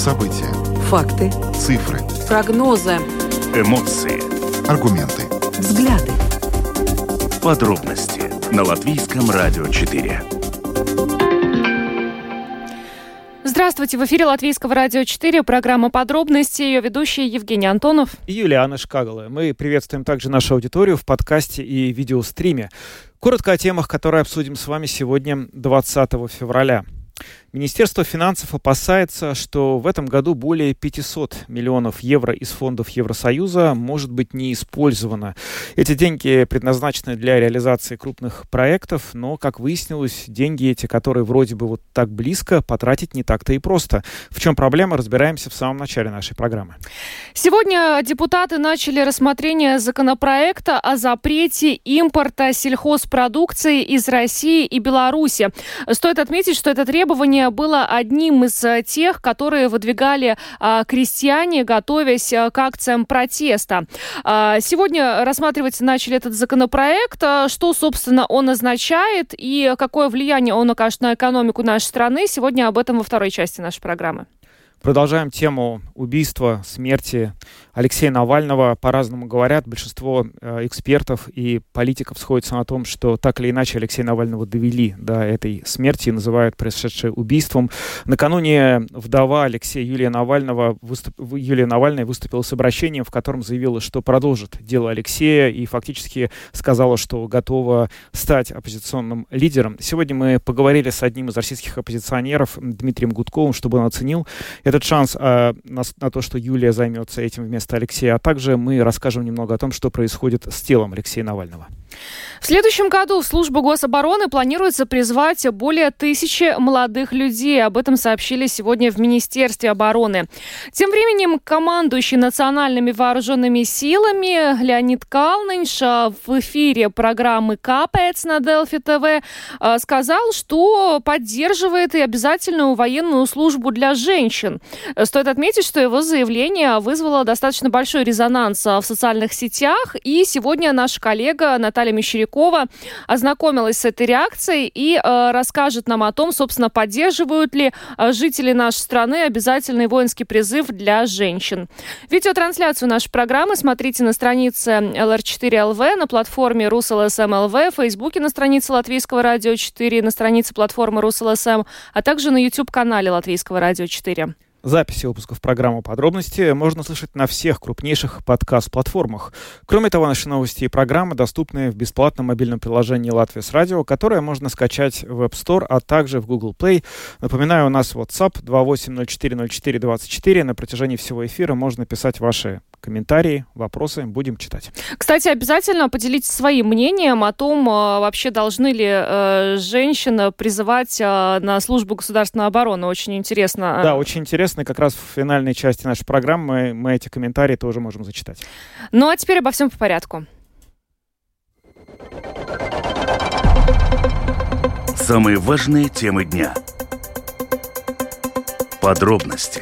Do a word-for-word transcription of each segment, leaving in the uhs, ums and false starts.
События. Факты. Цифры. Прогнозы. Эмоции. Аргументы. Взгляды. Подробности на Латвийском радио четыре. Здравствуйте, в эфире Латвийского радио четыре, программа «Подробности», ее ведущие Евгений Антонов и Юлиана Шкагала. Мы приветствуем также нашу аудиторию в подкасте и видеостриме. Коротко о темах, которые обсудим с вами сегодня, двадцатого февраля. Министерство финансов опасается, что в этом году более пятьсот миллионов евро из фондов Евросоюза может быть не использовано. Эти деньги предназначены для реализации крупных проектов, но, как выяснилось, деньги эти, которые вроде бы вот так близко, потратить не так-то и просто. В чем проблема, разбираемся в самом начале нашей программы. Сегодня депутаты начали рассмотрение законопроекта о запрете импорта сельхозпродукции из России и Беларуси. Стоит отметить, что это требование было одним из тех, которые выдвигали а, крестьяне, готовясь а, к акциям протеста. А, сегодня рассматривать начали этот законопроект. А, что, собственно, он означает и какое влияние он окажет на экономику нашей страны, сегодня об этом во второй части нашей программы. Продолжаем тему убийства, смерти Алексея Навального. По-разному говорят. Большинство э, экспертов и политиков сходятся на том, что так или иначе Алексея Навального довели до этой смерти и называют происшедшее убийством. Накануне вдова Алексея Юлия Навального, выступ... Юлия Навальная выступила с обращением, в котором заявила, что продолжит дело Алексея и фактически сказала, что готова стать оппозиционным лидером. Сегодня мы поговорили с одним из российских оппозиционеров Дмитрием Гудковым, чтобы он оценил этот шанс а, на, на то, что Юлия займется этим вместо Алексея, а также мы расскажем немного о том, что происходит с телом Алексея Навального. В следующем году в службу гособороны планируется призвать более тысячи молодых людей. Об этом сообщили сегодня в Министерстве обороны. Тем временем командующий национальными вооруженными силами Леонид Калнинш в эфире программы «Kāpēc» на Delfi ТВ сказал, что поддерживает и обязательную военную службу для женщин. Стоит отметить, что его заявление вызвало достаточно большой резонанс в социальных сетях, и сегодня наша коллега Наталья Мещерякова ознакомилась с этой реакцией и э, расскажет нам о том, собственно, поддерживают ли э, жители нашей страны обязательный воинский призыв для женщин. Видеотрансляцию нашей программы смотрите на странице эл эр четыре эл ви, на платформе РусЛСМ эл ви, в Фейсбуке на странице Латвийского радио четыре, на странице платформы РусЛСМ, а также на YouTube-канале Латвийского радио четыре. Записи выпусков программы «Подробности» можно слышать на всех крупнейших подкаст-платформах. Кроме того, наши новости и программы доступны в бесплатном мобильном приложении «Латвия с радио», которое можно скачать в App Store, а также в Google Play. Напоминаю, у нас WhatsApp два восемь ноль четыре ноль четыре двадцать четыре. На протяжении всего эфира можно писать ваши комментарии, вопросы, будем читать. Кстати, обязательно поделитесь своим мнением о том, вообще должны ли э, женщин призывать э, на службу государственной обороны. Очень интересно. Да, очень интересно. И как раз в финальной части нашей программы мы эти комментарии тоже можем зачитать. Ну а теперь обо всем по порядку. Самые важные темы дня. Подробности.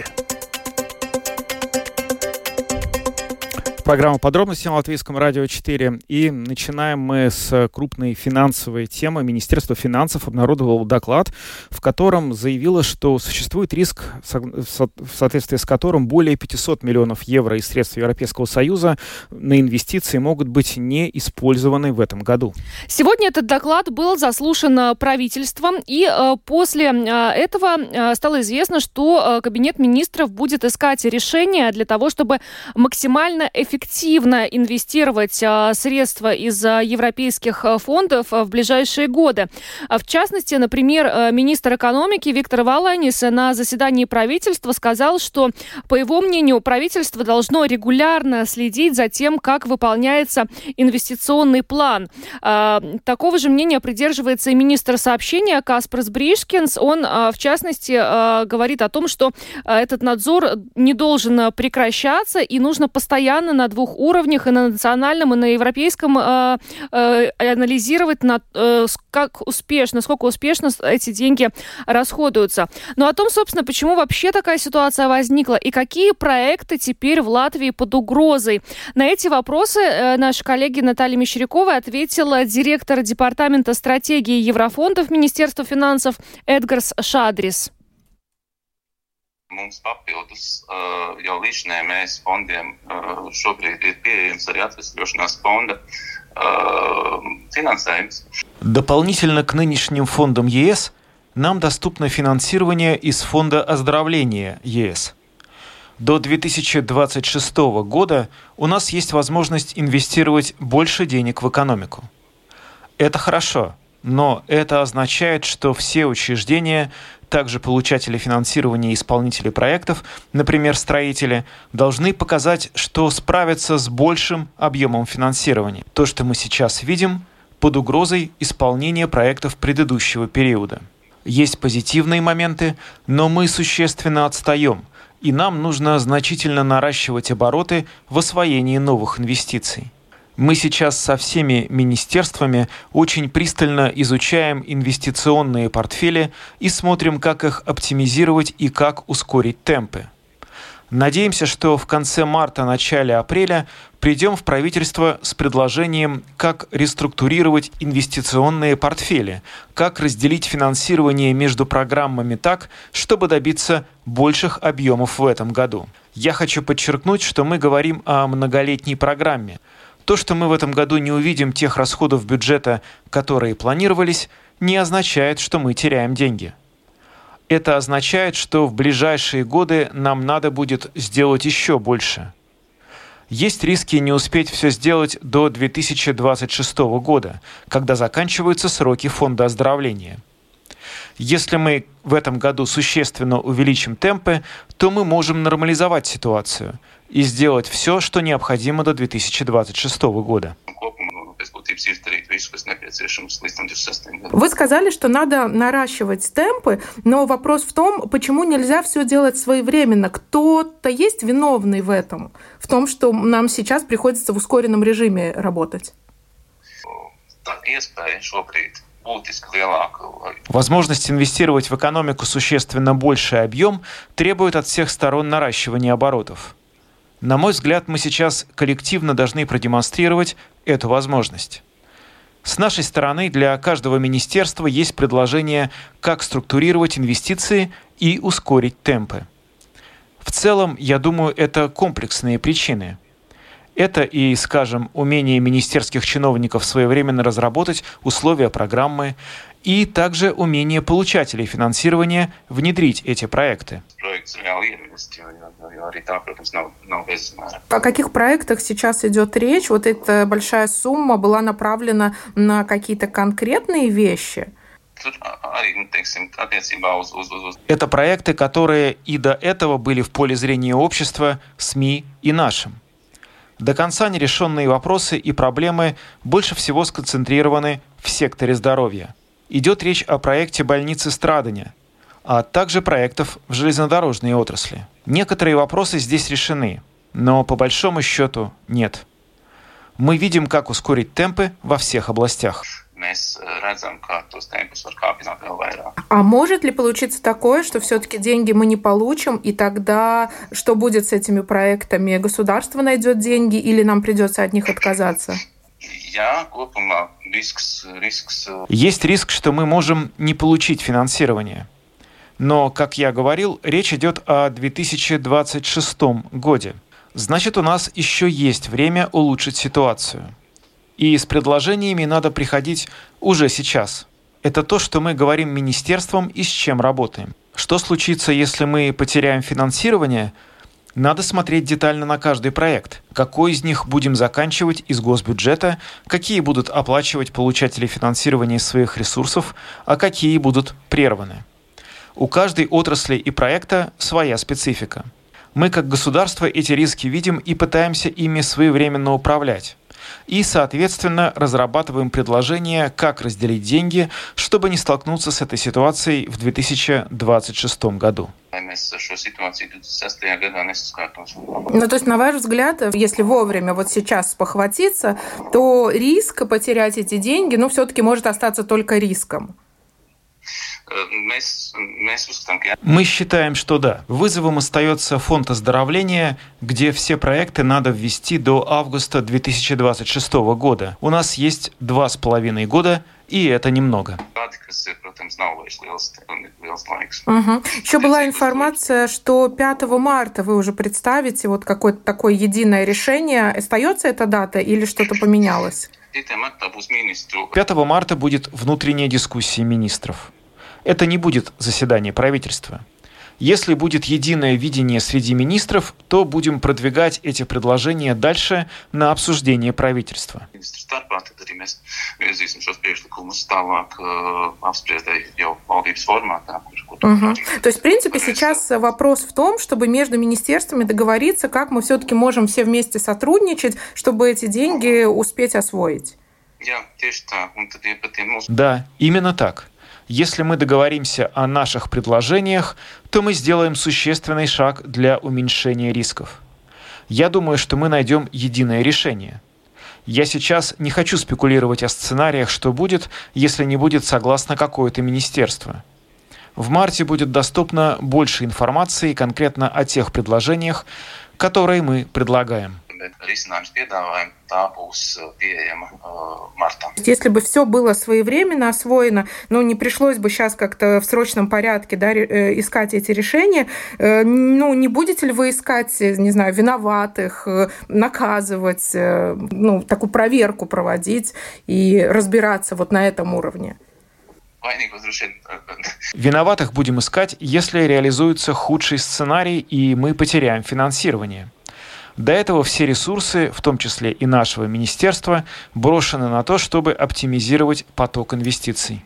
Программа «Подробности» на Латвийском радио четыре. И начинаем мы с крупной финансовой темы. Министерство финансов обнародовало доклад, в котором заявило, что существует риск, в соответствии с которым более пятьсот миллионов евро из средств Европейского Союза на инвестиции могут быть не использованы в этом году. Сегодня этот доклад был заслушан правительством, и после этого стало известно, что Кабинет министров будет искать решения для того, чтобы максимально эффективно эффективно инвестировать а, средства из а, европейских а, фондов а, в ближайшие годы. А, в частности, например, а, министр экономики Виктор Валайнис на заседании правительства сказал, что, по его мнению, правительство должно регулярно следить за тем, как выполняется инвестиционный план. А, такого же мнения придерживается и министр сообщения Каспарс Бришкинс. Он, а, в частности, а, говорит о том, что а, этот надзор не должен прекращаться и нужно постоянно на двух уровнях, и на национальном, и на европейском, э, э, анализировать, на, э, как успешно, сколько успешно эти деньги расходуются. Но о том, собственно, почему вообще такая ситуация возникла и какие проекты теперь в Латвии под угрозой. На эти вопросы э, наша коллега Наталья Мещерякова ответила директор департамента стратегии еврофондов Министерства финансов Эдгарс Шадрис. Mums papildus jau līdzinējiem E S fondiem šobrīd ir pieejams arī atvesļošanās fonda финансирование. Дополнительно к нынешним фондам ЕС нам доступно финансирование из Фонда оздоровления ЕС. До две тысячи двадцать шестого года у нас есть возможность инвестировать больше денег в экономику. Это хорошо, но это означает, что все учреждения, также получатели финансирования и исполнители проектов, например, строители, должны показать, что справятся с большим объемом финансирования. То, что мы сейчас видим, под угрозой исполнения проектов предыдущего периода. Есть позитивные моменты, но мы существенно отстаем, и нам нужно значительно наращивать обороты в освоении новых инвестиций. Мы сейчас со всеми министерствами очень пристально изучаем инвестиционные портфели и смотрим, как их оптимизировать и как ускорить темпы. Надеемся, что в конце марта-начале апреля придем в правительство с предложением, как реструктурировать инвестиционные портфели, как разделить финансирование между программами так, чтобы добиться больших объемов в этом году. Я хочу подчеркнуть, что мы говорим о многолетней программе. То, что мы в этом году не увидим тех расходов бюджета, которые планировались, не означает, что мы теряем деньги. Это означает, что в ближайшие годы нам надо будет сделать еще больше. Есть риски не успеть все сделать до две тысячи двадцать шестого года, когда заканчиваются сроки Фонда оздоровления. Если мы в этом году существенно увеличим темпы, то мы можем нормализовать ситуацию и сделать все, что необходимо до две тысячи двадцать шестого года. Вы сказали, что надо наращивать темпы, но вопрос в том, почему нельзя все делать своевременно. Кто-то есть виновный в этом, в том, что нам сейчас приходится в ускоренном режиме работать? Возможность инвестировать в экономику существенно больший объем требует от всех сторон наращивания оборотов. На мой взгляд, мы сейчас коллективно должны продемонстрировать эту возможность. С нашей стороны для каждого министерства есть предложение, как структурировать инвестиции и ускорить темпы. В целом, я думаю, это комплексные причины. Это и, скажем, умение министерских чиновников своевременно разработать условия программы, и также умение получателей финансирования внедрить эти проекты. О каких проектах сейчас идет речь? Вот эта большая сумма была направлена на какие-то конкретные вещи? Это проекты, которые и до этого были в поле зрения общества, СМИ и нашим. До конца нерешенные вопросы и проблемы больше всего сконцентрированы в секторе здоровья. Идет речь о проекте больницы Страдания, а также проектов в железнодорожной отрасли. Некоторые вопросы здесь решены, но по большому счету нет. Мы видим, как ускорить темпы во всех областях. А может ли получиться такое, что все-таки деньги мы не получим, и тогда что будет с этими проектами? Государство найдет деньги или нам придется от них отказаться? Есть риск, что мы можем не получить финансирование. Но, как я говорил, речь идет о две тысячи двадцать шестом годе. Значит, у нас еще есть время улучшить ситуацию. И с предложениями надо приходить уже сейчас. Это то, что мы говорим министерствам и с чем работаем. Что случится, если мы потеряем финансирование? Надо смотреть детально на каждый проект. Какой из них будем заканчивать из госбюджета, какие будут оплачивать получатели финансирования из своих ресурсов, а какие будут прерваны. У каждой отрасли и проекта своя специфика. Мы, как государство, эти риски видим и пытаемся ими своевременно управлять. И, соответственно, разрабатываем предложения, как разделить деньги, чтобы не столкнуться с этой ситуацией в две тысячи двадцать шестом году. Ну, то есть, на ваш взгляд, если вовремя вот сейчас спохватиться, то риск потерять эти деньги, ну, все-таки может остаться только риском. Мы считаем, что да. Вызовом остается фонд оздоровления, где все проекты надо ввести до августа две тысячи двадцать шестого года. У нас есть два с половиной года И это немного. Угу. Еще была информация, что пятого марта вы уже представите вот какое-то такое единое решение. Остается эта дата или что-то поменялось? пятого марта будет внутренняя дискуссия министров. Это не будет заседание правительства. Если будет единое видение среди министров, то будем продвигать эти предложения дальше на обсуждение правительства. Угу. То есть, в принципе, сейчас вопрос в том, чтобы между министерствами договориться, как мы все-таки можем все вместе сотрудничать, чтобы эти деньги успеть освоить. Да, именно так. Если мы договоримся о наших предложениях, то мы сделаем существенный шаг для уменьшения рисков. Я думаю, что мы найдем единое решение. Я сейчас не хочу спекулировать о сценариях, что будет, если не будет согласно какое-то министерство. В марте будет доступно больше информации конкретно о тех предложениях, которые мы предлагаем. Если бы все было своевременно освоено, ну, не пришлось бы сейчас как-то в срочном порядке, да, искать эти решения, ну, не будете ли вы искать, не знаю, виноватых, наказывать, ну, такую проверку проводить и разбираться вот на этом уровне? Виноватых будем искать, если реализуется худший сценарий, и мы потеряем финансирование. До этого все ресурсы, в том числе и нашего министерства, брошены на то, чтобы оптимизировать поток инвестиций.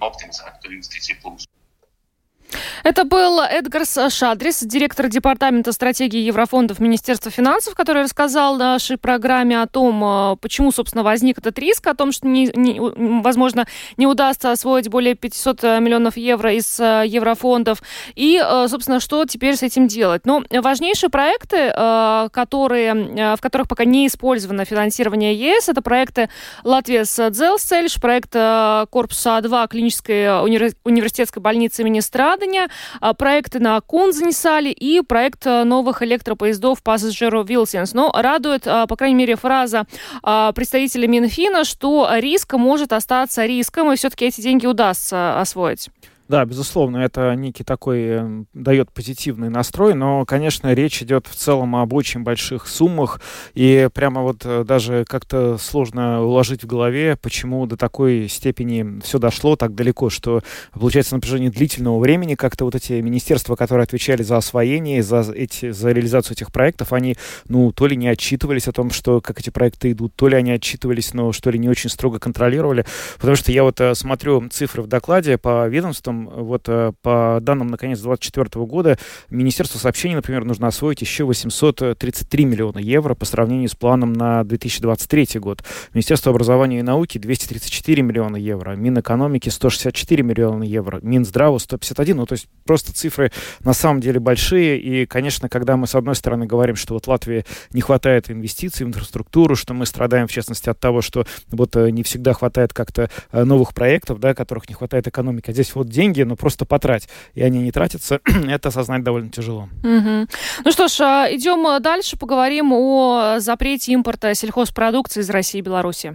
Это был Эдгарс Шадрис, директор департамента стратегии еврофондов Министерства финансов, который рассказал в нашей программе о том, почему, собственно, возник этот риск, о том, что, не, не, возможно, не удастся освоить более пятьсот миллионов евро из еврофондов, и, собственно, что теперь с этим делать. Но важнейшие проекты, которые, в которых пока не использовано финансирование ЕС, это проекты Латвия с Дзелсцельш, проект Корпуса два клинической университетской больницы имени Страдания, проекты на Кунзенсале и проект новых электропоездов Passenger Vilciens. Но радует, по крайней мере, фраза представителя Минфина, что риск может остаться риском, и все-таки эти деньги удастся освоить. Да, безусловно, это некий такой э, дает позитивный настрой, но, конечно, речь идет в целом об очень больших суммах, и прямо вот э, даже как-то сложно уложить в голове, почему до такой степени все дошло так далеко, что, получается, на протяжении длительного времени как-то вот эти министерства, которые отвечали за освоение, за, эти, за реализацию этих проектов, они, ну, то ли не отчитывались о том, что как эти проекты идут, то ли они отчитывались, но что ли не очень строго контролировали, потому что я вот э, смотрю цифры в докладе по ведомствам. Вот по данным на конец две тысячи двадцать четвёртого года Министерству сообщений, например, нужно освоить еще восемьсот тридцать три миллиона евро по сравнению с планом на две тысячи двадцать третий год. Министерство образования и науки двести тридцать четыре миллиона евро, Минэкономики сто шестьдесят четыре миллиона евро, Минздраву сто пятьдесят один. Ну, то есть просто цифры на самом деле большие. И, конечно, когда мы, с одной стороны, говорим, что вот Латвии не хватает инвестиций в инфраструктуру, что мы страдаем, в частности, от того, что вот не всегда хватает как-то новых проектов, да, которых не хватает экономики. А здесь вот деньги, но просто потрать, и они не тратятся, это осознать довольно тяжело. Угу. Ну что ж, идем дальше, поговорим о запрете импорта сельхозпродукции из России и Беларуси.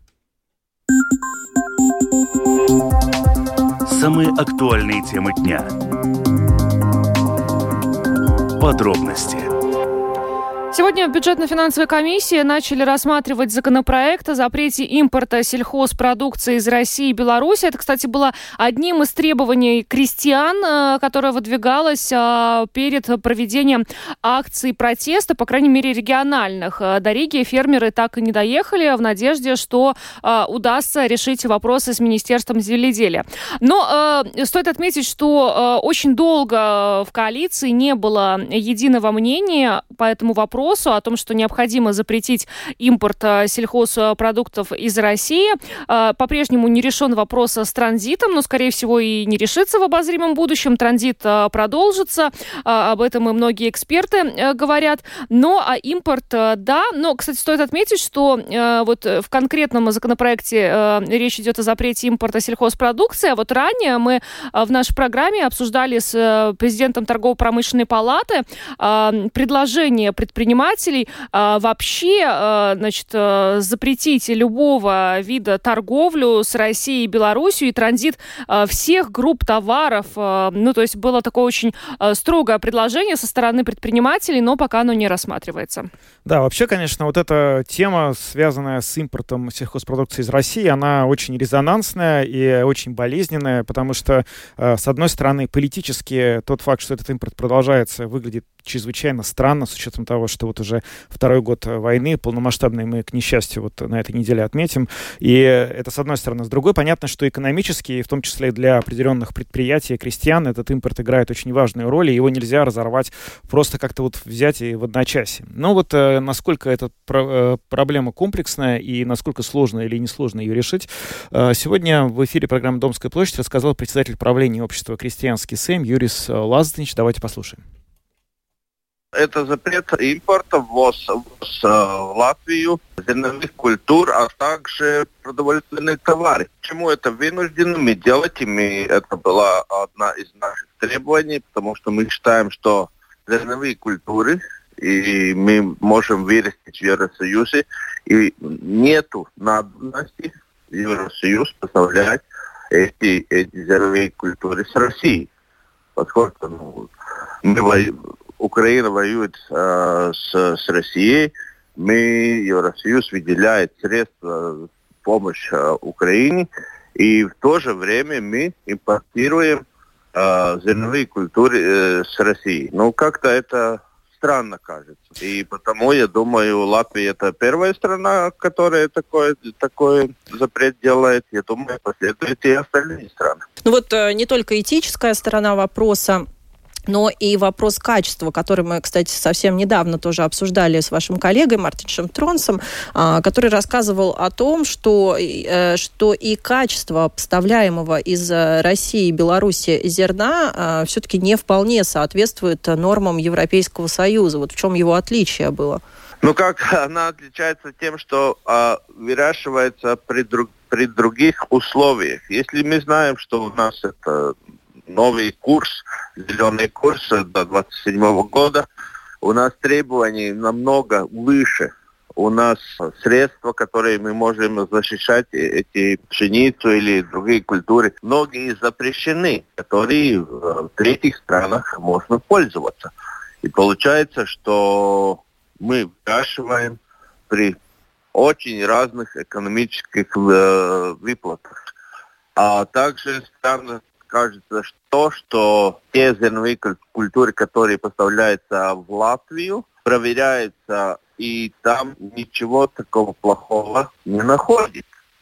Самые актуальные темы дня. Подробности. Сегодня в бюджетно-финансовой комиссии начали рассматривать законопроект о запрете импорта сельхозпродукции из России и Беларуси. Это, кстати, было одним из требований крестьян, которое выдвигалось перед проведением акций протеста, по крайней мере, региональных. До Риги фермеры так и не доехали в надежде, что удастся решить вопросы с Министерством земледелия. Но э, стоит отметить, что э, очень долго в коалиции не было единого мнения по этому вопросу, о том, что необходимо запретить импорт сельхозпродуктов из России. По-прежнему не решен вопрос с транзитом, но, скорее всего, и не решится в обозримом будущем. Транзит продолжится, об этом и многие эксперты говорят. Но а импорт, да. Но, кстати, стоит отметить, что вот в конкретном законопроекте речь идет о запрете импорта сельхозпродукции. А вот ранее мы в нашей программе обсуждали с президентом торгово-промышленной палаты предложение предпринимателей предпринимателей вообще, значит, запретить любого вида торговлю с Россией и Белоруссией и транзит всех групп товаров. Ну, то есть было такое очень строгое предложение со стороны предпринимателей, но пока оно не рассматривается. Да, вообще, конечно, вот эта тема, связанная с импортом сельхозпродукции из России, она очень резонансная и очень болезненная, потому что, с одной стороны, политически тот факт, что этот импорт продолжается, выглядит чрезвычайно странно, с учетом того, что вот уже второй год войны, полномасштабной, мы, к несчастью, вот на этой неделе отметим. И это с одной стороны. С другой, понятно, что экономически, в том числе для определенных предприятий и крестьян, этот импорт играет очень важную роль, и его нельзя разорвать, просто как-то вот взять и в одночасье. Но вот э, насколько эта про- э, проблема комплексная и насколько сложно или несложно ее решить, э, сегодня в эфире программы «Домская площадь» рассказал председатель правления общества «Крестьянский Сейм» Юрис Лазденич. Давайте послушаем. Это запрет импорта, ввоз, ввоз э, в Латвию зерновых культур, а также продовольственные товары. Почему это вынуждены мы делать? И мы, это была одна из наших требований, потому что мы считаем, что зерновые культуры, и мы можем вырастить в Евросоюзе, и нету надобности в Евросоюз поставлять эти, эти зерновые культуры с Россией. Поскольку ну, мы воюем, Украина воюет э, с, с Россией, мы, Евросоюз, выделяет средства в помощь э, Украине, и в то же время мы импортируем э, зерновые культуры э, с России. Ну, как-то это странно кажется. И потому, я думаю, Латвия это первая страна, которая такой, такой запрет делает. Я думаю, последуют и остальные страны. Ну вот не только этическая сторона вопроса, но и вопрос качества, который мы, кстати, совсем недавно тоже обсуждали с вашим коллегой Мартиншем Тронсом, который рассказывал о том, что, что и качество поставляемого из России и Беларуси зерна все-таки не вполне соответствует нормам Европейского Союза. Вот в чем его отличие было? Ну как, она отличается тем, что а, выращивается при, друг, при других условиях. Если мы знаем, что у нас это новый курс, зеленый курс до двадцать седьмого года, у нас требования намного выше. У нас средства, которые мы можем защищать, эти пшеницу или другие культуры, многие запрещены, которые в третьих странах можно пользоваться. И получается, что мы выращиваем при очень разных экономических э, выплатах. А также странно кажется, что, что те зерновые культуры, которые поставляются в Латвию, проверяются, и там ничего такого плохого не находит.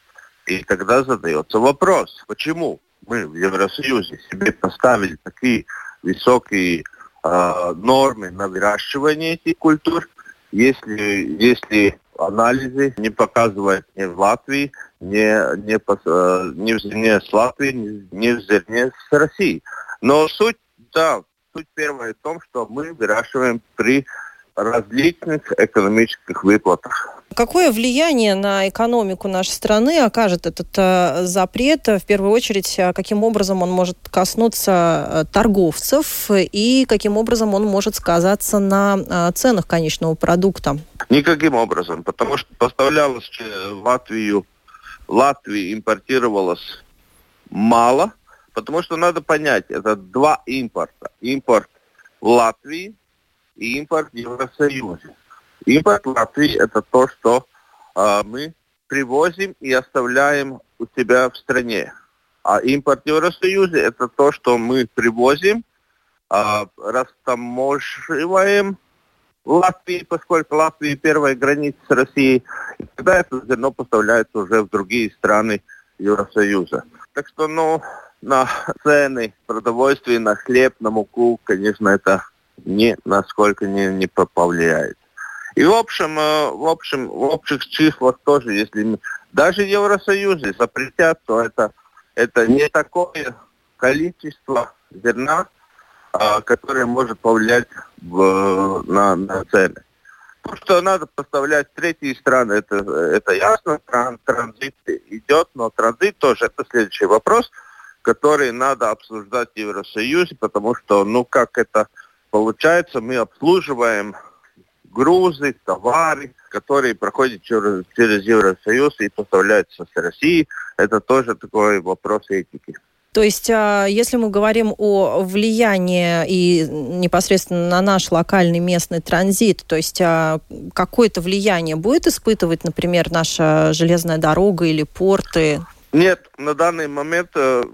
И тогда задается вопрос, почему мы в Евросоюзе себе поставили такие высокие э, нормы на выращивание этих культур, если, если анализы не показывают ни в Латвии, ни, ни, ни в зерне с Латвии, ни, ни в зерне с Россией. Но суть, да, суть первая в том, что мы выращиваем при различных экономических выплатах. Какое влияние на экономику нашей страны окажет этот э, запрет? В первую очередь, каким образом он может коснуться торговцев и каким образом он может сказаться на э, ценах конечного продукта? Никаким образом, потому что поставлялось в Латвию, Латвии импортировалось мало, потому что надо понять, это два импорта. Импорт в Латвии и импорт в Евросоюзе. Импорт в Латвии – это то, что э, мы привозим и оставляем у себя в стране. А импорт в Евросоюзе – это то, что мы привозим, э, растаможиваем в Латвии, поскольку Латвия первая граница с Россией, и тогда это зерно поставляется уже в другие страны Евросоюза. Так что, ну, на цены продовольствия, на хлеб, на муку, конечно, это ни насколько не, не повлияет. И в общем, в общем, в общих числах тоже, если мы, даже в Евросоюзе запретят, то это, это не такое количество зерна, а, которое может повлиять в, на, на цены. То, что надо поставлять в третьи страны, это, это ясно, тран, транзит идет, но транзит тоже это следующий вопрос, который надо обсуждать в Евросоюзе, потому что, ну, как это получается, мы обслуживаем грузы, товары, которые проходят через, через Евросоюз и поставляются с России. Это тоже такой вопрос этики. То есть, если мы говорим о влиянии и непосредственно на наш локальный местный транзит, то есть какое-то влияние будет испытывать, например, наша железная дорога или порты? Нет, на данный момент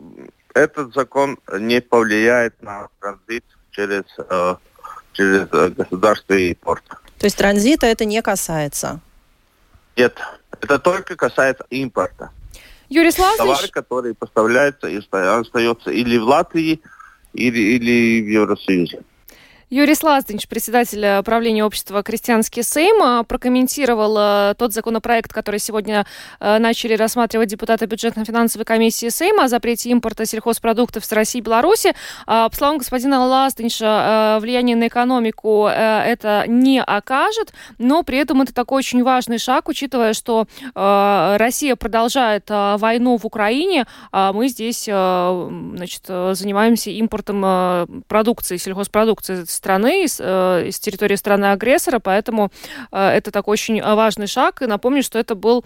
этот закон не повлияет на транзит через, через государство и порт. То есть транзита это не касается? Нет, это только касается импорта. Юрий Славович. Товары, которые поставляются и остаются или в Латвии, или, или в Евросоюзе. Юрий Слазденч, председатель правления общества «Крестьянский Сейм», прокомментировал тот законопроект, который сегодня начали рассматривать депутаты бюджетно-финансовой комиссии Сейма о запрете импорта сельхозпродуктов с России и Беларуси. По словам господина Лазденча, влияние на экономику это не окажет, но при этом это такой очень важный шаг, учитывая, что Россия продолжает войну в Украине, а мы здесь, значит, занимаемся импортом продукции, сельхозпродукции страны, из, э, из территории страны-агрессора, поэтому э, это такой очень важный шаг. И напомню, что это был,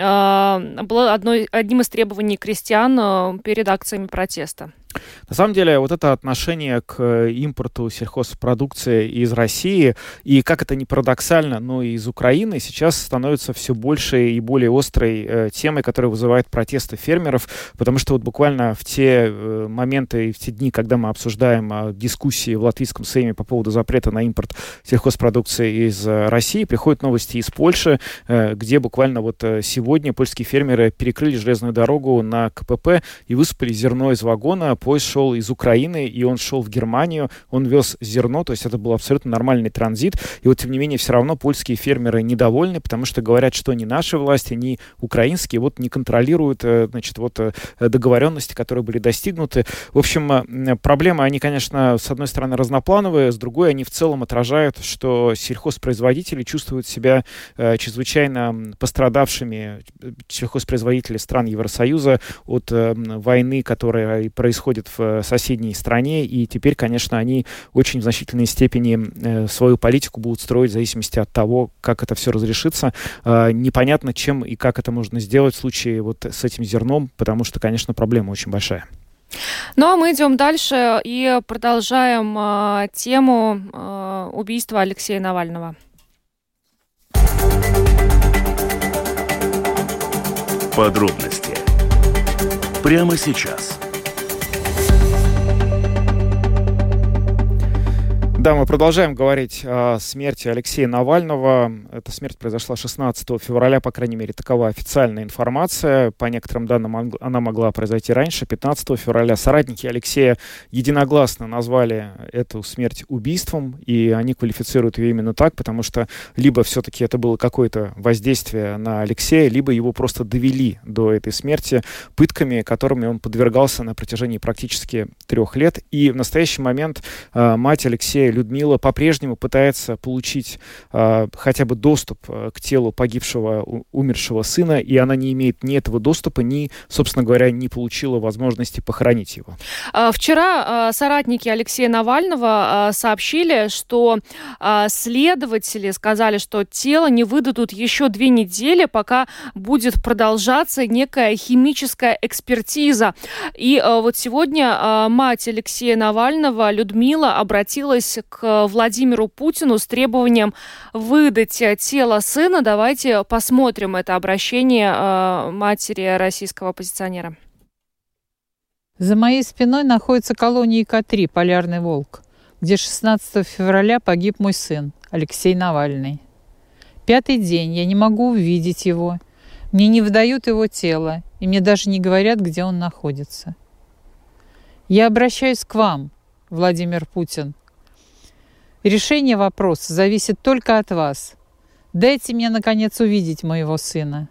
э, было одной, одним из требований крестьян э, перед акциями протеста. На самом деле, вот это отношение к импорту сельхозпродукции из России, и как это ни парадоксально, но и из Украины, сейчас становится все больше и более острой э, темой, которая вызывает протесты фермеров, потому что вот буквально в те э, моменты и в те дни, когда мы обсуждаем э, дискуссии в Латвийском Сейме по поводу запрета на импорт сельхозпродукции из э, России, приходят новости из Польши, э, где буквально вот э, сегодня польские фермеры перекрыли железную дорогу на ка пэ пэ и высыпали зерно из вагона. Поезд шел из Украины, и он шел в Германию, он вез зерно, то есть это был абсолютно нормальный транзит. И вот, тем не менее, все равно польские фермеры недовольны, потому что говорят, что ни наши власти, ни украинские вот не контролируют, значит, вот договоренности, которые были достигнуты. В общем, проблемы, они, конечно, с одной стороны разноплановые, с другой они в целом отражают, что сельхозпроизводители чувствуют себя чрезвычайно пострадавшими, сельхозпроизводители стран Евросоюза, от войны, которая происходит в соседней стране, и теперь, конечно, они очень в значительной степени свою политику будут строить в зависимости от того, как это все разрешится. Непонятно, чем и как это можно сделать в случае вот с этим зерном, потому что, конечно, проблема очень большая. Ну, а мы идем дальше и продолжаем э, тему э, убийства Алексея Навального. Подробности прямо сейчас. Да, мы продолжаем говорить о смерти Алексея Навального. Эта смерть произошла шестнадцатого февраля, по крайней мере, такова официальная информация. По некоторым данным, она могла произойти раньше, пятнадцатого февраля. Соратники Алексея единогласно назвали эту смерть убийством, и они квалифицируют ее именно так, потому что либо все-таки это было какое-то воздействие на Алексея, либо его просто довели до этой смерти пытками, которыми он подвергался на протяжении практически трех лет. И в настоящий момент э, мать Алексея, Людмила, по-прежнему пытается получить э, хотя бы доступ э, к телу погибшего, у, умершего сына, и она не имеет ни этого доступа, ни, собственно говоря, не получила возможности похоронить его. Вчера э, соратники Алексея Навального э, сообщили, что э, следователи сказали, что тело не выдадут еще две недели, пока будет продолжаться некая химическая экспертиза. И э, вот сегодня э, мать Алексея Навального, Людмила, обратилась к Владимиру Путину с требованием выдать тело сына. Давайте посмотрим это обращение э, матери российского оппозиционера. За моей спиной находится колония ка три «Полярный волк», где шестнадцатого февраля погиб мой сын Алексей Навальный. Пятый день я не могу увидеть его. Мне не выдают его тело, и мне даже не говорят, где он находится. Я обращаюсь к вам, Владимир Путин. Решение вопроса зависит только от вас. Дайте мне, наконец, увидеть моего сына.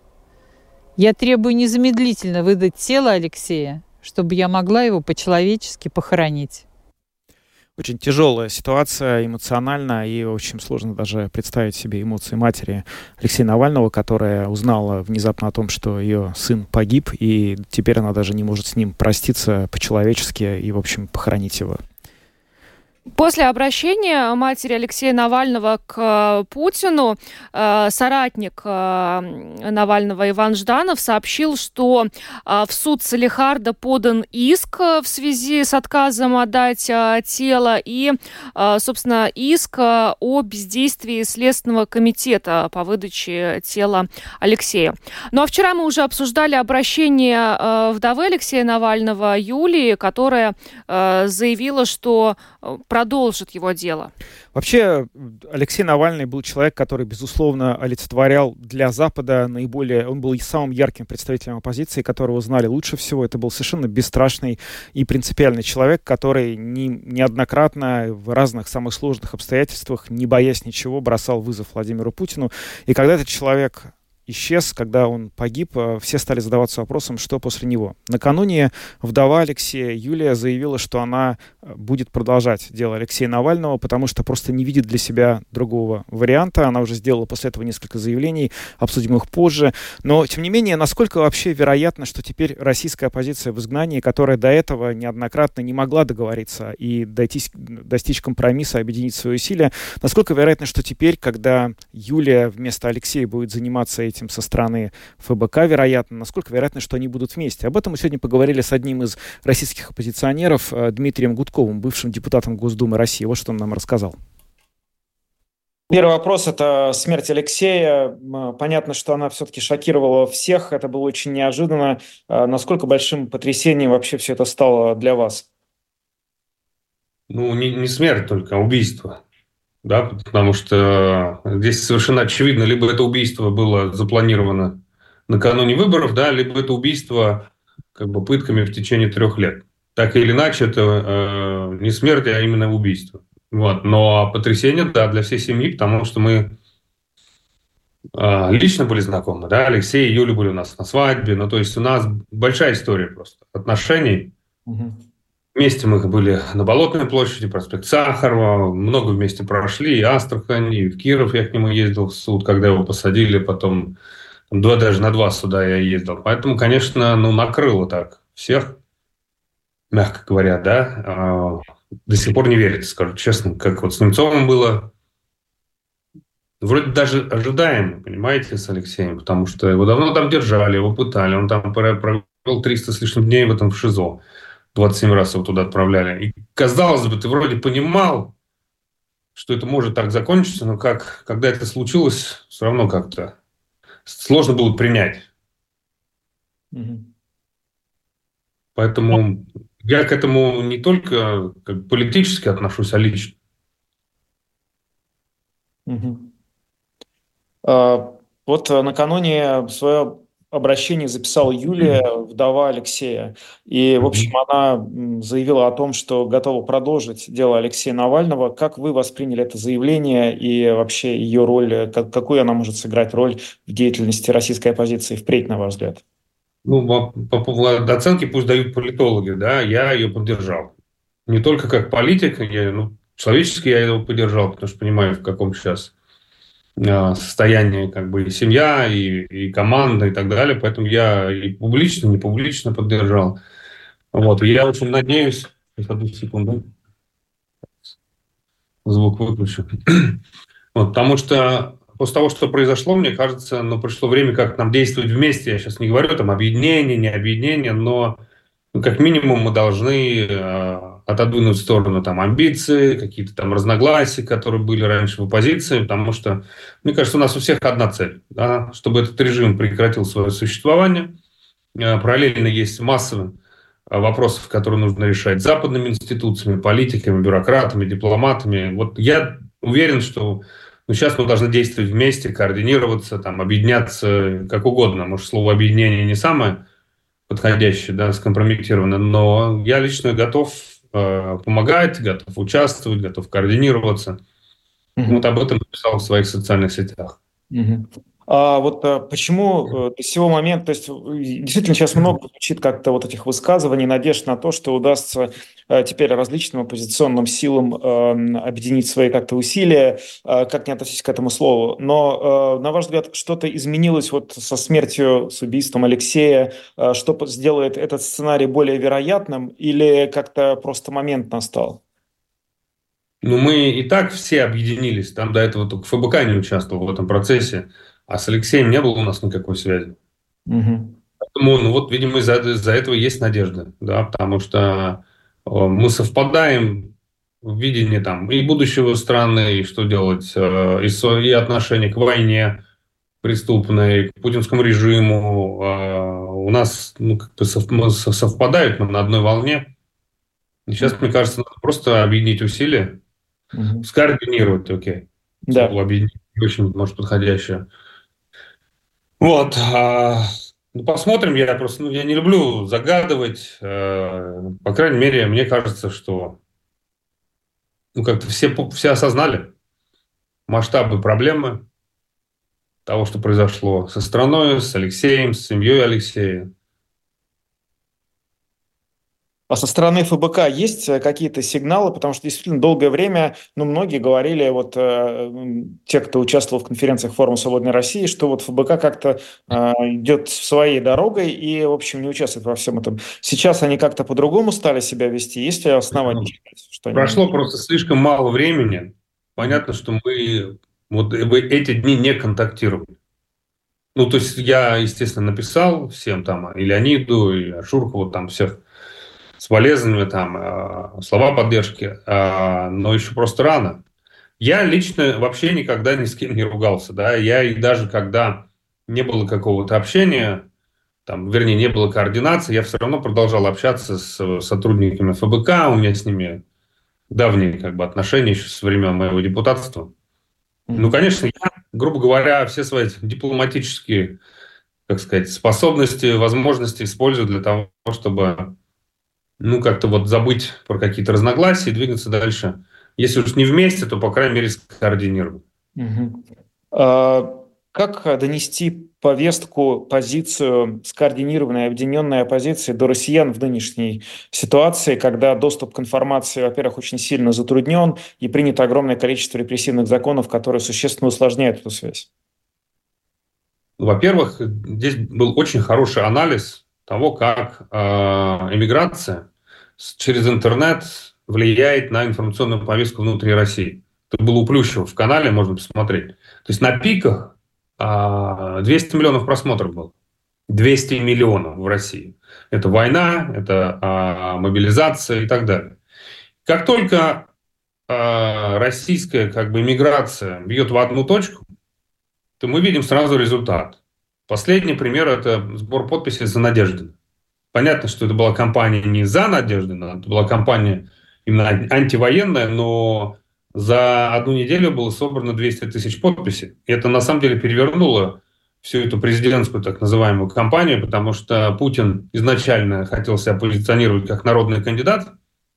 Я требую незамедлительно выдать тело Алексея, чтобы я могла его по-человечески похоронить. Очень тяжелая ситуация эмоционально, и очень сложно даже представить себе эмоции матери Алексея Навального, которая узнала внезапно о том, что ее сын погиб, и теперь она даже не может с ним проститься по-человечески и, в общем, похоронить его. После обращения матери Алексея Навального к Путину соратник Навального Иван Жданов сообщил, что в суд Салехарда подан иск в связи с отказом отдать тело и, собственно, иск о бездействии Следственного комитета по выдаче тела Алексея. Ну а вчера мы уже обсуждали обращение вдовы Алексея Навального Юлии, которая заявила, что продолжит его дело. Вообще, Алексей Навальный был человек, который, безусловно, олицетворял для Запада наиболее... Он был самым ярким представителем оппозиции, которого знали лучше всего. Это был совершенно бесстрашный и принципиальный человек, который не, неоднократно в разных самых сложных обстоятельствах, не боясь ничего, бросал вызов Владимиру Путину. И когда этот человек исчез, когда он погиб, все стали задаваться вопросом, что после него. Накануне вдова Алексея Юлия заявила, что она будет продолжать дело Алексея Навального, потому что просто не видит для себя другого варианта. Она уже сделала после этого несколько заявлений, обсудим их позже. Но, тем не менее, насколько вообще вероятно, что теперь российская оппозиция в изгнании, которая до этого неоднократно не могла договориться и достичь, достичь компромисса, объединить свои усилия, насколько вероятно, что теперь, когда Юлия вместо Алексея будет заниматься этим со стороны эф бэ ка, вероятно, насколько вероятно, что они будут вместе. Об этом мы сегодня поговорили с одним из российских оппозиционеров, Дмитрием Гудковым, бывшим депутатом Госдумы России. Вот что он нам рассказал. Первый вопрос – это смерть Алексея. Понятно, что она все-таки шокировала всех. Это было очень неожиданно. Насколько большим потрясением вообще все это стало для вас? Ну, не, не смерть только, а убийство. Да, потому что здесь совершенно очевидно, либо это убийство было запланировано накануне выборов, да, либо это убийство как бы пытками в течение трех лет. Так или иначе, это э, не смерть, а именно убийство. Вот. Но потрясение, да, для всей семьи, потому что мы э, лично были знакомы, да, Алексей и Юля были у нас на свадьбе, ну, то есть у нас большая история просто отношений. Угу. Вместе мы были на Болотной площади, проспект Сахарова, много вместе прошли, и Астрахань, и в Киров я к нему ездил в суд, когда его посадили, потом два, даже на два суда я ездил. Поэтому, конечно, ну, накрыло так всех, мягко говоря, да. До сих пор не верится, скажу честно, как вот с Немцовым было. Вроде даже ожидаемо, понимаете, с Алексеем, потому что его давно там держали, его пытали, он там провел триста с лишним дней в этом в ШИЗО. двадцать семь раз его туда отправляли. И, казалось бы, ты вроде понимал, что это может так закончиться, но как, когда это случилось, все равно как-то сложно было принять. Угу. Поэтому я к этому не только как политически отношусь, а лично. Угу. А, вот накануне свое обращение записала Юлия, вдова Алексея. И, в общем, она заявила о том, что готова продолжить дело Алексея Навального. Как вы восприняли это заявление и вообще ее роль, как, какую она может сыграть роль в деятельности российской оппозиции впредь, на ваш взгляд? Ну, по, по поводу оценки пусть дают политологи, да, я ее поддержал. Не только как политик, я, ну, человечески я его поддержал, потому что понимаю, в каком сейчас состояние как бы и семья, и, и команда, и так далее. Поэтому я и публично, и не публично поддержал. Вот. И я очень надеюсь... Одну секунду. Звук выключу. Вот, потому что после того, что произошло, мне кажется, ну, пришло время как нам действовать вместе. Я сейчас не говорю там объединение, не объединение, но ну, как минимум мы должны э, отодвинуть в сторону там амбиции, какие-то там разногласия, которые были раньше в оппозиции, потому что, мне кажется, у нас у всех одна цель, да, чтобы этот режим прекратил свое существование. Э, параллельно есть масса э, вопросов, которые нужно решать западными институциями, политиками, бюрократами, дипломатами. Вот я уверен, что ну, сейчас мы должны действовать вместе, координироваться, там, объединяться, как угодно. Может, слово «объединение» не самое подходящее, да, скомпрометировано, но я лично готов э, помогать, готов участвовать, готов координироваться. Mm-hmm. Вот об этом написал в своих социальных сетях. Mm-hmm. А вот а, почему до сего момента, то есть действительно сейчас много звучит как-то вот этих высказываний, надежд на то, что удастся а, теперь различным оппозиционным силам а, объединить свои как-то усилия, а, как не относиться к этому слову. Но, а, на ваш взгляд, что-то изменилось вот со смертью, с убийством Алексея, а, что сделает этот сценарий более вероятным или как-то просто момент настал? Ну, мы и так все объединились. Там до этого только ФБК не участвовал в этом процессе, а с Алексеем не было у нас никакой связи. Угу. Поэтому, ну вот, видимо, из-за, из-за этого есть надежда, да, потому что э, мы совпадаем в видении там и будущего страны, и что делать, э, и, со, и отношение к войне преступной, к путинскому режиму. Э, у нас ну, как-то сов, мы совпадают мы на одной волне. И сейчас, мне кажется, надо просто объединить усилия, угу. скоординировать, окей. Да. Слово объединить очень, может, подходящее. Вот. А, ну, посмотрим. Я просто ну, я не люблю загадывать. Э, по крайней мере, мне кажется, что ну, как-то все, все осознали масштабы проблемы того, что произошло со страной, с Алексеем, с семьей Алексея. А со стороны ФБК есть какие-то сигналы? Потому что действительно долгое время, ну, многие говорили, вот э, те, кто участвовал в конференциях Форума Свободной России, что вот ФБК как-то э, идет своей дорогой и, в общем, не участвует во всем этом. Сейчас они как-то по-другому стали себя вести? Есть ли основания считать, что они... Прошло просто слишком мало времени. Понятно, что мы вот эти дни не контактировали. Ну, то есть я, естественно, написал всем там, и Леониду, и Шуркову, там всех с болезненными, там, слова поддержки, но еще просто рано. Я лично вообще никогда ни с кем не ругался, да, я и даже когда не было какого-то общения, там, вернее, не было координации, я все равно продолжал общаться с сотрудниками ФБК, у меня с ними давние как бы отношения еще со времен моего депутатства. Mm-hmm. Ну, конечно, я, грубо говоря, все свои дипломатические, как сказать, способности, возможности использую для того, чтобы ну, как-то вот забыть про какие-то разногласия и двигаться дальше. Если уж не вместе, то, по крайней мере, скоординировать. Угу. А как донести повестку, позицию, скоординированной, объединенной оппозиции до россиян в нынешней ситуации, когда доступ к информации, во-первых, очень сильно затруднен и принято огромное количество репрессивных законов, которые существенно усложняют эту связь? Во-первых, здесь был очень хороший анализ того, как э, эмиграция через интернет влияет на информационную повестку внутри России. Это было у Плющева в канале, можно посмотреть. То есть на пиках э, двести миллионов просмотров было. двести миллионов в России. Это война, это э, мобилизация и так далее. Как только э, российская как бы, эмиграция бьет в одну точку, то мы видим сразу результат. Последний пример – это сбор подписей за Надеждина. Понятно, что это была кампания не за Надеждина, это была кампания именно антивоенная, но за одну неделю было собрано двести тысяч подписей. И это на самом деле перевернуло всю эту президентскую так называемую кампанию, потому что Путин изначально хотел себя позиционировать как народный кандидат.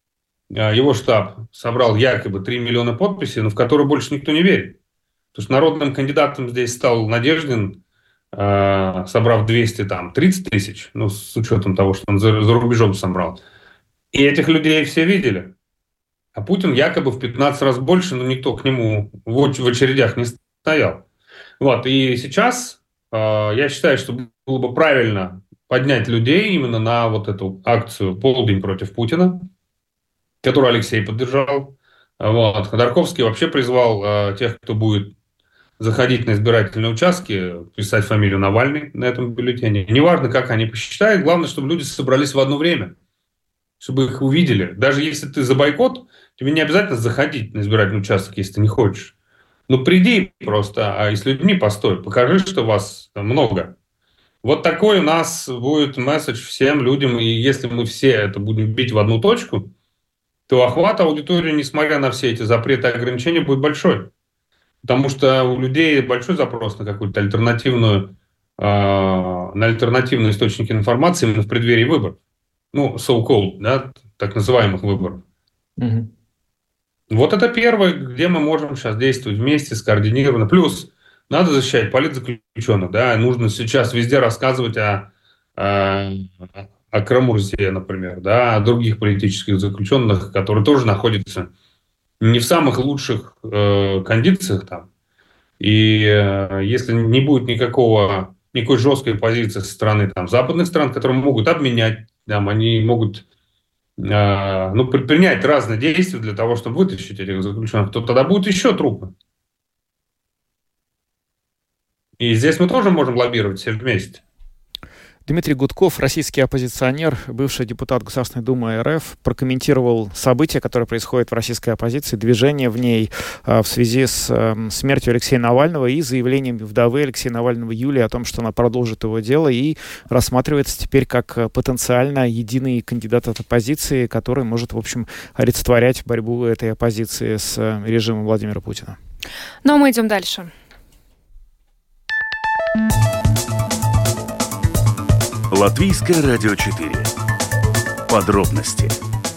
Его штаб собрал якобы три миллиона подписей, но в которые больше никто не верит. Потому что народным кандидатом здесь стал Надеждин, собрав двести тридцать тысяч, ну, с учетом того, что он за, за рубежом собрал. И этих людей все видели. А Путин якобы в пятнадцать раз больше, но никто к нему в, в очередях не стоял. Вот. И сейчас э, я считаю, что было бы правильно поднять людей именно на вот эту акцию «Полдень против Путина», которую Алексей поддержал. Вот. Ходорковский вообще призвал э, тех, кто будет заходить на избирательные участки, писать фамилию Навальный на этом бюллетене. Неважно, как они посчитают, главное, чтобы люди собрались в одно время, чтобы их увидели. Даже если ты за бойкот, тебе не обязательно заходить на избирательный участок, если ты не хочешь. Ну, приди просто, а и с людьми постой, покажи, что вас много. Вот такой у нас будет месседж всем людям, и если мы все это будем бить в одну точку, то охват аудитории, несмотря на все эти запреты и ограничения, будет большой. Потому что у людей большой запрос на какую-то альтернативную, э, на альтернативные источники информации именно в преддверии выборов. Ну, so-called, да, так называемых выборов. Угу. Вот это первое, где мы можем сейчас действовать вместе, скоординированно. Плюс надо защищать политзаключенных, да, нужно сейчас везде рассказывать о, о, о Крамурзе, например, да, о других политических заключенных, которые тоже находятся не в самых лучших э, кондициях там. И э, если не будет никакого, никакой жесткой позиции со стороны там, западных стран, которые могут обменять, там, они могут э, ну, предпринять разные действия для того, чтобы вытащить этих заключенных, то тогда будут еще трупы. И здесь мы тоже можем лоббировать все вместе. Дмитрий Гудков, российский оппозиционер, бывший депутат Государственной Думы РФ, прокомментировал события, которые происходят в российской оппозиции, движение в ней э, в связи с э, смертью Алексея Навального и заявлением вдовы Алексея Навального Юлии о том, что она продолжит его дело и рассматривается теперь как потенциально единый кандидат от оппозиции, который может, в общем, олицетворять борьбу этой оппозиции с режимом Владимира Путина. Ну, а мы идем дальше. Латвийское радио четыре. Подробности.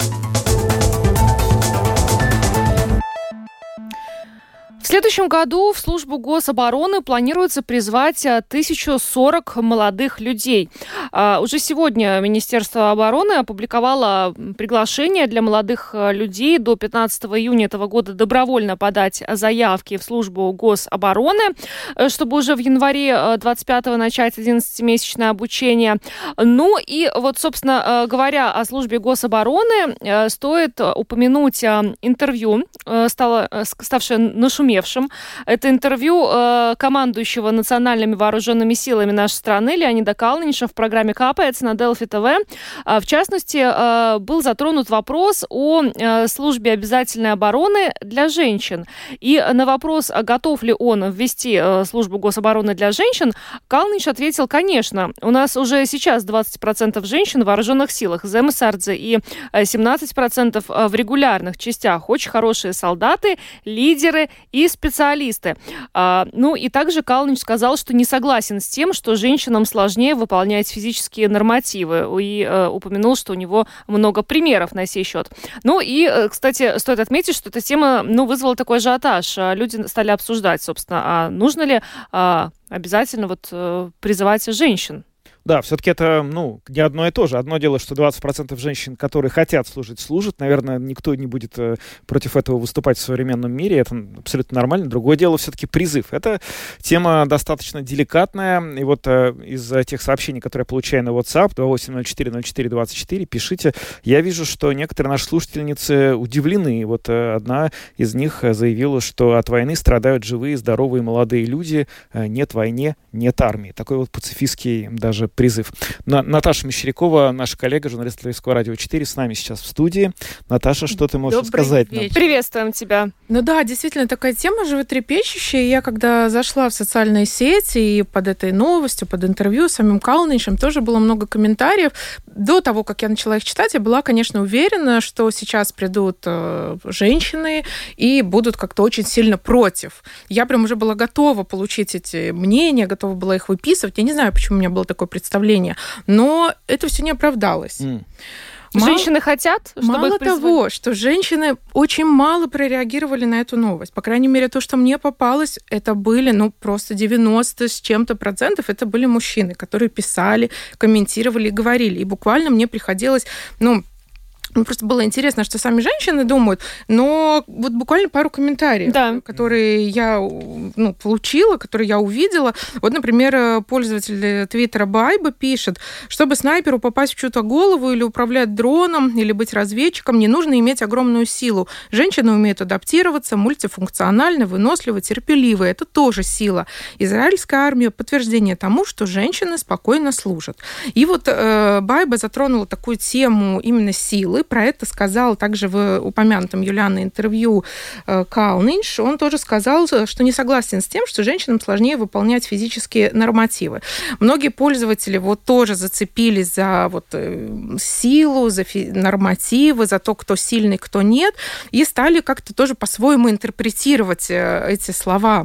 В следующем году в службу гособороны планируется призвать тысячу сорок молодых людей. Уже сегодня Министерство обороны опубликовало приглашение для молодых людей до пятнадцатого июня этого года добровольно подать заявки в службу гособороны, чтобы уже в январе двадцать пятого начать одиннадцатимесячное обучение. Ну и вот, собственно говоря, о службе гособороны стоит упомянуть интервью, стало, ставшее нашумевшим. Это интервью э, командующего национальными вооруженными силами нашей страны Леонида Калнинша в программе «Капец» на Делфи ТВ. А, в частности, э, был затронут вопрос о э, службе обязательной обороны для женщин. И на вопрос, готов ли он ввести э, службу гособороны для женщин, Калнинш ответил: конечно, у нас уже сейчас двадцать процентов женщин в вооруженных силах Земсардзе и семнадцать процентов в регулярных частях. Очень хорошие солдаты, лидеры и специалисты. А, ну и также Калнинш сказал, что не согласен с тем, что женщинам сложнее выполнять физические нормативы, и э, упомянул, что у него много примеров на сей счет. Ну и, э, кстати, стоит отметить, что эта тема, ну, вызвала такой ажиотаж. Люди стали обсуждать, собственно, а нужно ли а, обязательно вот э, призывать женщин. Да, все-таки это, ну, не одно и то же. Одно дело, что двадцать процентов женщин, которые хотят служить, служат. Наверное, никто не будет э, против этого выступать в современном мире. Это абсолютно нормально. Другое дело все-таки призыв. Это тема достаточно деликатная. И вот э, из тех сообщений, которые я получаю на WhatsApp, два восемь ноль четыре ноль четыре двадцать четыре, пишите. Я вижу, что некоторые наши слушательницы удивлены. Вот э, одна из них заявила, что от войны страдают живые, здоровые, молодые люди. Э, нет войне, нет армии. Такой вот пацифистский даже призыв. На, Наташа Мещерякова, наша коллега, журналист Латвийского радио четыре, с нами сейчас в студии. Наташа, что ты можешь Добрый сказать вечер. нам? Приветствуем тебя. Ну да, действительно, такая тема животрепещущая. Я когда зашла в социальные сети и под этой новостью, под интервью с самим Калниншем, тоже было много комментариев. До того, как я начала их читать, я была, конечно, уверена, что сейчас придут э, женщины и будут как-то очень сильно против. Я прям уже была готова получить эти мнения, готова была их выписывать. Я не знаю, почему у меня было такое представление, но это все не оправдалось. Mm. Мало, женщины хотят, чтобы мало их призвали? того, что женщины очень мало прореагировали на эту новость. По крайней мере, то, что мне попалось, это были, ну, просто девяносто с чем-то процентов, это были мужчины, которые писали, комментировали и говорили. И буквально мне приходилось, ну, Мне просто было интересно, что сами женщины думают, но вот буквально пару комментариев, да. которые я ну, получила, которые я увидела. Вот, например, пользователь твиттера Байба пишет, чтобы снайперу попасть в чью-то голову или управлять дроном, или быть разведчиком, не нужно иметь огромную силу. Женщины умеют адаптироваться, мультифункциональны, выносливы, терпеливы. Это тоже сила. Израильская армия — подтверждение тому, что женщины спокойно служат. И вот э, Байба затронула такую тему именно силы. Про это сказал также в упомянутом Юлианой интервью э, Калнинш. Он тоже сказал, что не согласен с тем, что женщинам сложнее выполнять физические нормативы. Многие пользователи вот тоже зацепились за вот, э, силу, за фи- нормативы, за то, кто сильный, кто нет, и стали как-то тоже по-своему интерпретировать э, эти слова.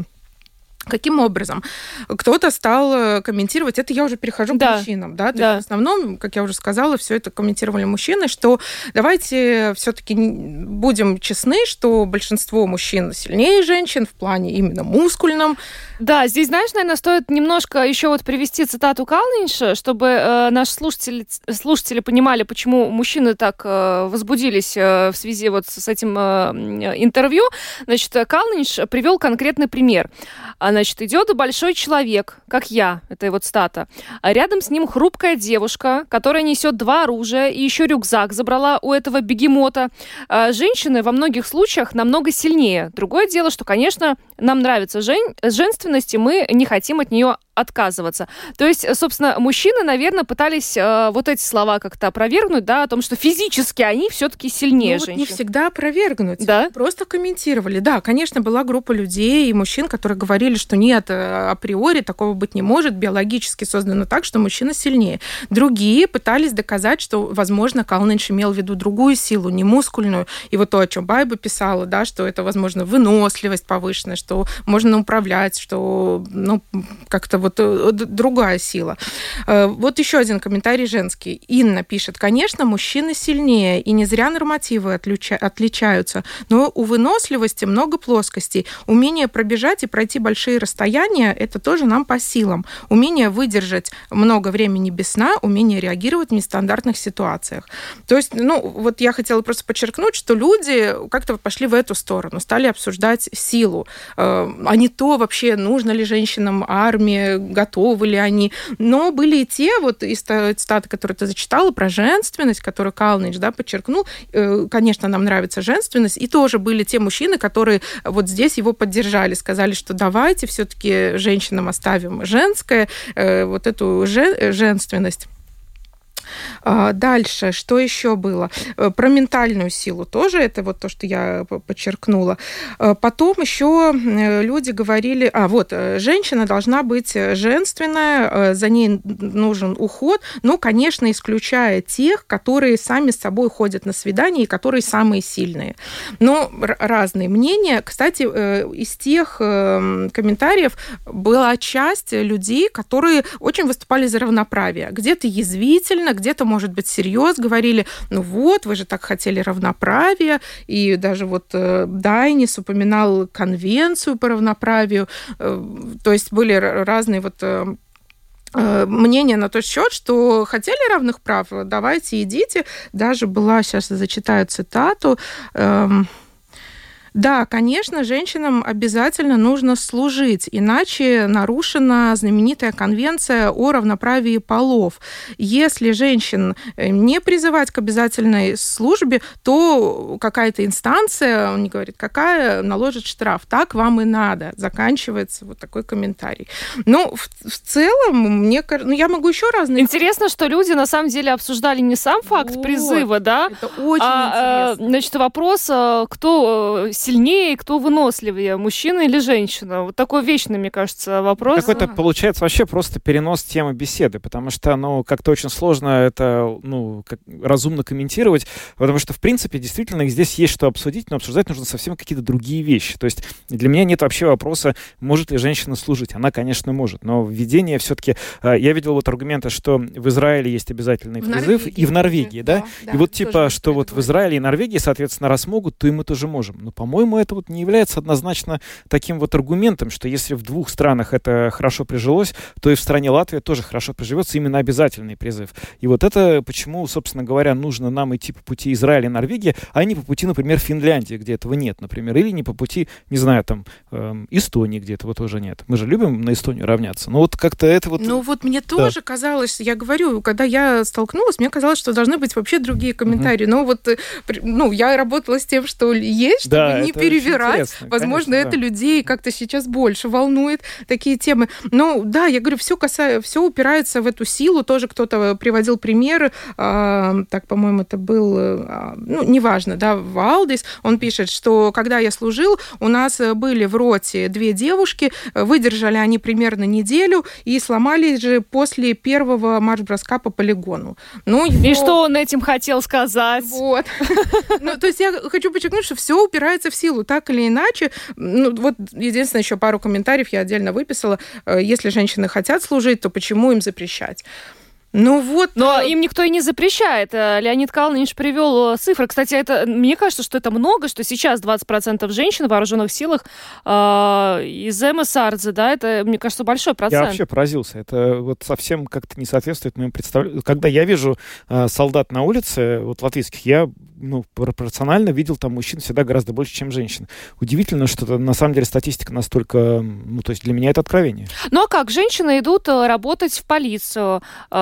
Каким образом? Кто-то стал комментировать, это я уже перехожу да. к мужчинам, да, то да. есть в основном, как я уже сказала, все это комментировали мужчины, что давайте все-таки будем честны, что большинство мужчин сильнее женщин в плане именно мускульном. Да, здесь, знаешь, наверное, стоит немножко еще вот привести цитату Калнинша, чтобы э, наши слушатели, слушатели понимали, почему мужчины так э, возбудились э, в связи вот с этим э, интервью. Значит, Калнинш привел конкретный пример. Значит, идет большой человек, как я, это его цитата. А рядом с ним хрупкая девушка, которая несет два оружия и еще рюкзак забрала у этого бегемота. А женщины во многих случаях намного сильнее. Другое дело, что, конечно, нам нравится жен- женственность, и мы не хотим от нее отказываться. То есть, собственно, мужчины, наверное, пытались э, вот эти слова как-то опровергнуть, да, о том, что физически они все-таки сильнее ну, женщин. Вот не всегда опровергнуть, да? Просто комментировали. Да, конечно, была группа людей и мужчин, которые говорили, что нет, априори такого быть не может, биологически создано так, что мужчина сильнее. Другие пытались доказать, что, возможно, Калныш имел в виду другую силу, не мускульную. И вот то, о чем Байба писала, да, что это, возможно, выносливость повышенная, что можно управлять, что, ну, как-то вот другая сила. Вот еще один комментарий женский. Инна пишет: конечно, мужчины сильнее, и не зря нормативы отлича- отличаются, но у выносливости много плоскостей. Умение пробежать и пройти большие расстояния – это тоже нам по силам. Умение выдержать много времени без сна, умение реагировать в нестандартных ситуациях. То есть, ну, вот я хотела просто подчеркнуть, что люди как-то пошли в эту сторону, стали обсуждать силу, а не то вообще, нужно ли женщинам армия, готовы ли они. Но были и те, вот из цитаты, которые ты зачитала, про женственность, которую Калныш, да, подчеркнул. Конечно, нам нравится женственность. И тоже были те мужчины, которые вот здесь его поддержали, сказали, что давайте все-таки женщинам оставим женское, вот эту женственность. Дальше, что еще было? Про ментальную силу тоже, это вот то, что я подчеркнула. Потом еще люди говорили, а вот, женщина должна быть женственная, за ней нужен уход, но, конечно, исключая тех, которые сами с собой ходят на свидания и которые самые сильные. Но разные мнения. Кстати, из тех комментариев была часть людей, которые очень выступали за равноправие. Где-то язвительно, где-то, может быть, всерьез говорили, ну вот, вы же так хотели равноправия, и даже вот Дайнис упоминал конвенцию по равноправию, то есть были разные вот мнения на тот счет, что хотели равных прав, давайте идите. Даже была, сейчас зачитаю цитату, да, конечно, женщинам обязательно нужно служить, иначе нарушена знаменитая конвенция о равноправии полов. Если женщин не призывать к обязательной службе, то какая-то инстанция, он не говорит, какая, наложит штраф. Так вам и надо. Заканчивается вот такой комментарий. Ну, в, в целом, мне кажется, ну, я могу еще разные... Интересно, что люди на самом деле обсуждали не сам факт вот, призыва, да? Это очень а, интересно. Значит, вопрос, кто сильнее, кто выносливее, мужчина или женщина? Вот такой вечный, мне кажется, вопрос. Какой-то получается вообще просто перенос темы беседы, потому что, ну, как-то очень сложно это, ну, как, разумно комментировать, потому что, в принципе, действительно, здесь есть что обсудить, но обсуждать нужно совсем какие-то другие вещи. То есть для меня нет вообще вопроса, может ли женщина служить. Она, конечно, может, но введение все-таки... Я видел вот аргументы, что в Израиле есть обязательный в призыв, Норвегии, и в Норвегии, да? да, да и вот типа, что вот в говорить. Израиле и Норвегии, соответственно, раз могут, то и мы тоже можем. Но, по-моему, это вот не является однозначно таким вот аргументом, что если в двух странах это хорошо прижилось, то и в стране Латвия тоже хорошо приживется именно обязательный призыв. И вот это почему, собственно говоря, нужно нам идти по пути Израиля и Норвегии, а не по пути, например, Финляндии, где этого нет, например, или не по пути, не знаю, там, э, Эстонии, где этого тоже нет. Мы же любим на Эстонию равняться. Но вот как-то это вот... Ну вот мне да. тоже казалось, я говорю, когда я столкнулась, мне казалось, что должны быть вообще другие комментарии. Uh-huh. Но вот, ну, я работала с тем, что есть, чтобы да, не перевирать. Возможно, конечно, это да. людей как-то сейчас больше волнует, такие темы. Но да, я говорю, все касается, все упирается в эту силу. Тоже кто-то приводил пример, а, так, по-моему, это был, а, ну, неважно, да, Валдис. Он пишет, что когда я служил, у нас были в роте две девушки, выдержали они примерно неделю и сломались же после первого марш-броска по полигону. Ну, его... И что он этим хотел сказать? Вот. Ну, то есть я хочу подчеркнуть, что все упирается в силу, так или иначе. Ну, вот единственное, еще пару комментариев я отдельно выписала. Если женщины хотят служить, то почему им запрещать? Ну вот. Но им никто и не запрещает. Леонид Калнинш привел цифры. Кстати, это, мне кажется, что это много, что сейчас двадцать процентов женщин в вооруженных силах э, из МСАРДЗ, да, это, мне кажется, большой процент. Я вообще поразился. Это вот совсем как-то не соответствует моему представлению. Когда я вижу э, солдат на улице, вот латвийских, я ну, пропорционально видел там мужчин всегда гораздо больше, чем женщин. Удивительно, что на самом деле статистика настолько... Ну, то есть для меня это откровение. Ну а как? Женщины идут работать в полицию,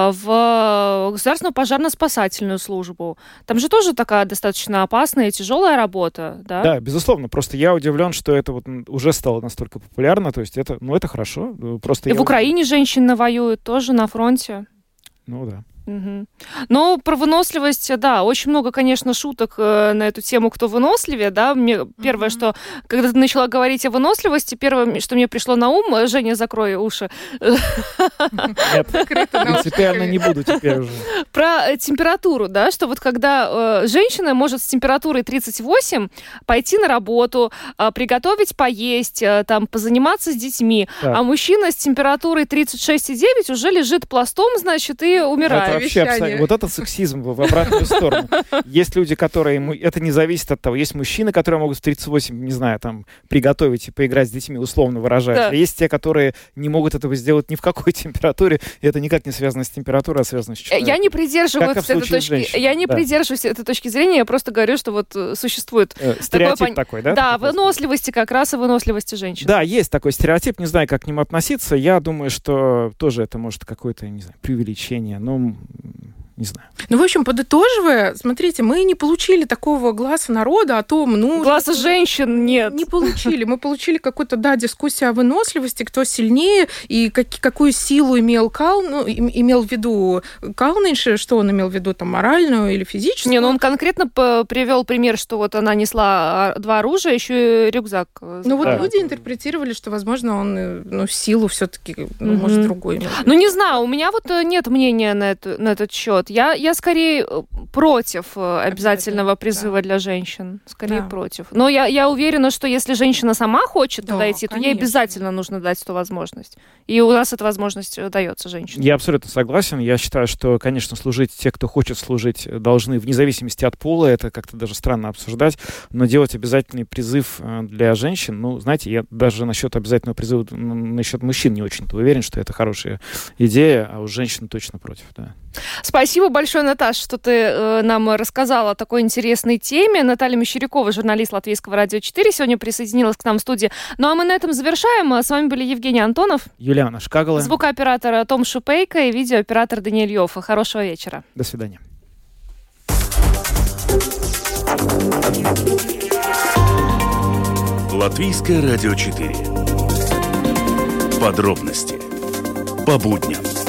в государственную пожарно-спасательную службу. Там же тоже такая достаточно опасная и тяжелая работа, да? Да, безусловно. Просто я удивлен, что это вот уже стало настолько популярно. То есть это, ну, это хорошо. Просто и я... в Украине женщины воюют тоже на фронте. Ну да. Угу. Ну, про выносливость, да, очень много, конечно, шуток э, на эту тему, кто выносливее, да. Мне, первое, mm-hmm. что, когда ты начала говорить о выносливости, первое, что мне пришло на ум, Женя, закрой уши. Нет, принципиально не буду теперь уже. Про температуру, да, что вот когда э, женщина может с температурой тридцать восемь пойти на работу, э, приготовить поесть, э, там, позаниматься с детьми, так. а мужчина с температурой тридцать шесть и девять уже лежит пластом, значит, и умирает. Это вообще абсолютно... Вот это сексизм в обратную сторону. Есть люди, которые... Это не зависит от того. Есть мужчины, которые могут в тридцать восемь, не знаю, там, приготовить и поиграть с детьми, условно выражаясь. Да. А есть те, которые не могут этого сделать ни в какой температуре. И это никак не связано с температурой, а связано с человеком. Я не придерживаюсь этой точки... Я не да. придерживаюсь этой точки зрения. Я просто говорю, что вот существует... Э, стереотип такой, такой, да? Да, выносливости как раз и выносливости женщин. Да, есть такой стереотип. Не знаю, как к нему относиться. Я думаю, что тоже это может какое-то, не знаю, преувеличение. Ну... Не знаю. Ну, в общем, подытоживая, смотрите, мы не получили такого гласа народа о том, ну... Гласа женщин нет. Не получили. Мы получили какую-то, да, дискуссию о выносливости, кто сильнее и как, какую силу имел Кал, ну, имел в виду Калнинш, что он имел в виду, там, моральную или физическую. Не, ну он конкретно привел пример, что вот она несла два оружия, еще и рюкзак. Ну, вот да. люди интерпретировали, что, возможно, он, ну, силу все-таки, ну, mm-hmm. может, другой имел. Ну, не знаю, у меня вот нет мнения на, это, на этот счет. Я, я скорее против обязательного призыва да. для женщин. Скорее да. против. Но я, я уверена, что если женщина сама хочет да, туда идти, конечно. то ей обязательно нужно дать эту возможность. И у нас эта возможность дается женщине. Я абсолютно согласен. Я считаю, что, конечно, служить те, кто хочет служить, должны вне зависимости от пола. Это как-то даже странно обсуждать. Но делать обязательный призыв для женщин, ну, знаете, я даже насчет обязательного призыва насчет мужчин не очень-то уверен, что это хорошая идея, а у женщин точно против, да. Спасибо большое, Наташа, что ты э, нам рассказала о такой интересной теме. Наталья Мещерякова, журналист Латвийского радио четыре, сегодня присоединилась к нам в студии. Ну а мы на этом завершаем. С вами были Евгений Антонов, Юлиана Шкагала, звукооператор Том Шупейко и видеооператор Даниэль Йоффа. Хорошего вечера. До свидания. Латвийское радио четыре. Подробности по будням.